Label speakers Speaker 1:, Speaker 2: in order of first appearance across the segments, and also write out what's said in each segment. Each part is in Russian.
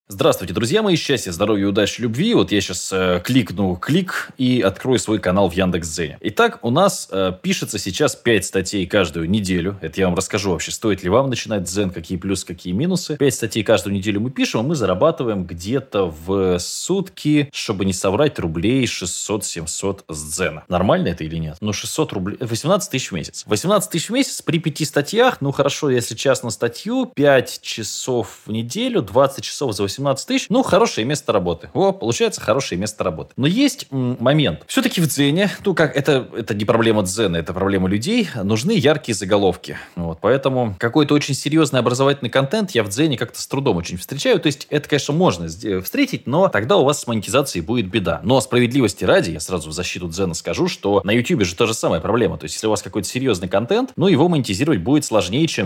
Speaker 1: Здравствуйте, друзья мои, счастья, здоровья, удачи, любви. Вот я сейчас кликну клик и открою свой канал в Яндекс.Дзене. Итак, у нас пишется сейчас 5 статей каждую неделю. Это я вам расскажу вообще, стоит ли вам начинать Дзен, какие плюсы, какие минусы. 5 статей каждую неделю мы пишем, и мы зарабатываем где-то в сутки, чтобы не соврать, рублей 600-700 с Дзена. Нормально это или нет? Ну, 600 рублей, 18 тысяч в месяц. 18 тысяч в месяц при 5 статьях, ну, хорошо, если час на статью, 5 часов в неделю, 20 часов за 18 тысяч, ну, хорошее место работы. О, получается, хорошее место работы. Но есть момент. Все-таки в Дзене, ну, как, это не проблема Дзена, это проблема людей, нужны яркие заголовки. Вот, поэтому какой-то очень серьезный образовательный контент я в Дзене как-то с трудом очень встречаю. То есть, это, конечно, можно встретить, но тогда у вас с монетизацией будет беда. Но справедливости ради, я сразу в защиту Дзена скажу, что на YouTube же та же самая проблема. То есть, если у вас какой-то серьезный контент, ну, его монетизировать будет сложнее, чем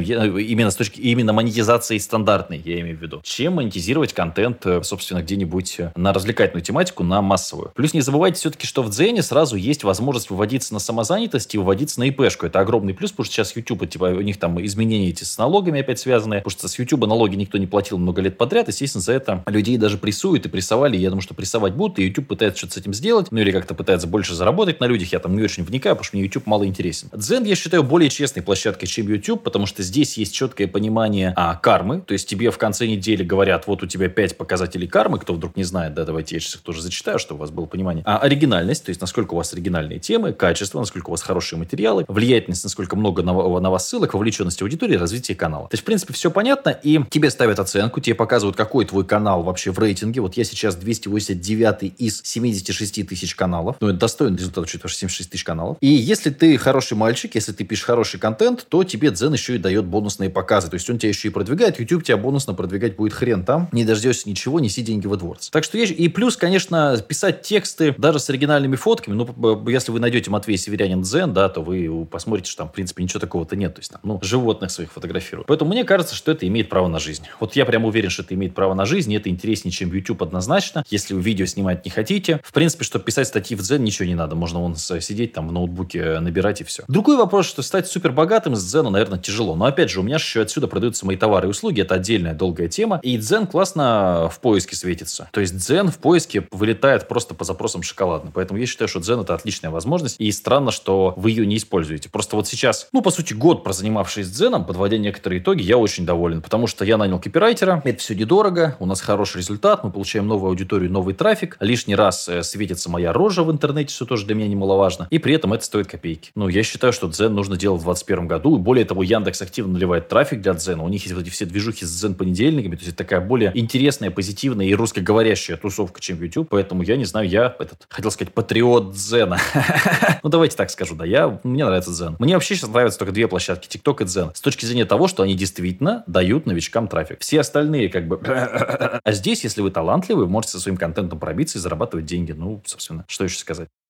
Speaker 1: именно монетизации стандартной, я имею в виду, чем монетизировать контент, собственно, где-нибудь на развлекательную тематику, на массовую. Плюс не забывайте все-таки, что в Дзене сразу есть возможность выводиться на самозанятость и выводиться на ИПшку. Это огромный плюс, потому что сейчас YouTube, типа, у них там изменения эти с налогами опять связаны, потому что с YouTube налоги никто не платил много лет подряд, естественно, за это людей даже прессуют и прессовали, я думаю, что прессовать будут, и YouTube пытается что-то с этим сделать, ну или как-то пытается больше заработать на людях, я там не очень вникаю, потому что мне YouTube мало интересен. Дзен я считаю более честной площадкой, чем YouTube, потому что здесь есть четкое понимание кармы, то есть тебе в конце недели говорят, вот у тебя 5 показателей кармы, кто вдруг не знает, да, давайте я сейчас их тоже зачитаю, чтобы у вас было понимание. Оригинальность, то есть насколько у вас оригинальные темы, качество, насколько у вас хорошие материалы, влиятельность, насколько много на вас ссылок, вовлеченность аудитории, развитие канала. То есть, в принципе, все понятно, и тебе ставят оценку, тебе показывают, какой твой канал вообще в рейтинге. Вот я сейчас 289 из 76 тысяч каналов. Ну, это достойный результат, учитывая, что 76 тысяч каналов. И если ты хороший мальчик, если ты пишешь хороший контент, то тебе Дзен еще и дает бонусные показы. То есть, он тебя еще и продвигает. YouTube тебя бонусно продвигать будет хрен там. Не дождешься ничего, неси деньги в AdWords. Так что есть... И плюс, конечно, писать тексты даже с оригинальными фотками. Ну, если вы найдете Матвей Северянин Дзен, да, то вы посмотрите, что там, в принципе, ничего такого-то нет. То есть, там, ну, животных своих фотографируют. Поэтому мне кажется, что это имеет право на жизнь. Вот я прям уверен, что это имеет право на жизнь, и это интереснее, чем YouTube однозначно. Если вы видео снимать не хотите. В принципе, чтобы писать статьи в Дзен, ничего не надо. Можно вон сидеть там в ноутбуке, набирать и все. Другой вопрос, что стать супер богатым с Дзена, наверное, тяжело. Но опять же, у меня же еще отсюда продаются мои товары и услуги. Это отдельная долгая тема. И Дзен классно в поиске светится. То есть Дзен в поиске вылетает просто по запросам шоколадно. Поэтому я считаю, что Дзен это отличная возможность. И странно, что вы ее не используете. Просто вот сейчас, ну, по сути, год прозанимавшись Дзеном, подводя некоторые итоги, я очень доволен. Потому что я нанял копирайтера. Это все недорого. У нас хороший результат. Мы получаем новую аудиторию, новый трафик. Лишний раз светится моя рожа в интернете, что тоже для меня немаловажно. И при этом это стоит копейки. Ну, я считаю, что Дзен нужно делать в 2021 году. И более того, Яндекс активно наливает трафик для Дзена. У них есть вот эти все движухи с Дзен-понедельниками. То есть, это такая более интересная, позитивная и русскоговорящая тусовка, чем YouTube. Поэтому я не знаю, я хотел сказать, патриот Дзена. Ну, давайте так скажу, да, мне нравится Дзен. Мне вообще сейчас нравятся только две площадки, TikTok и Дзен. С точки зрения того, что они действительно дают новичкам трафик. Все остальные как бы... А здесь, если вы талантливый, вы можете со своим контентом пробиться и зарабатывать деньги. Ну, собственно, что еще сказать?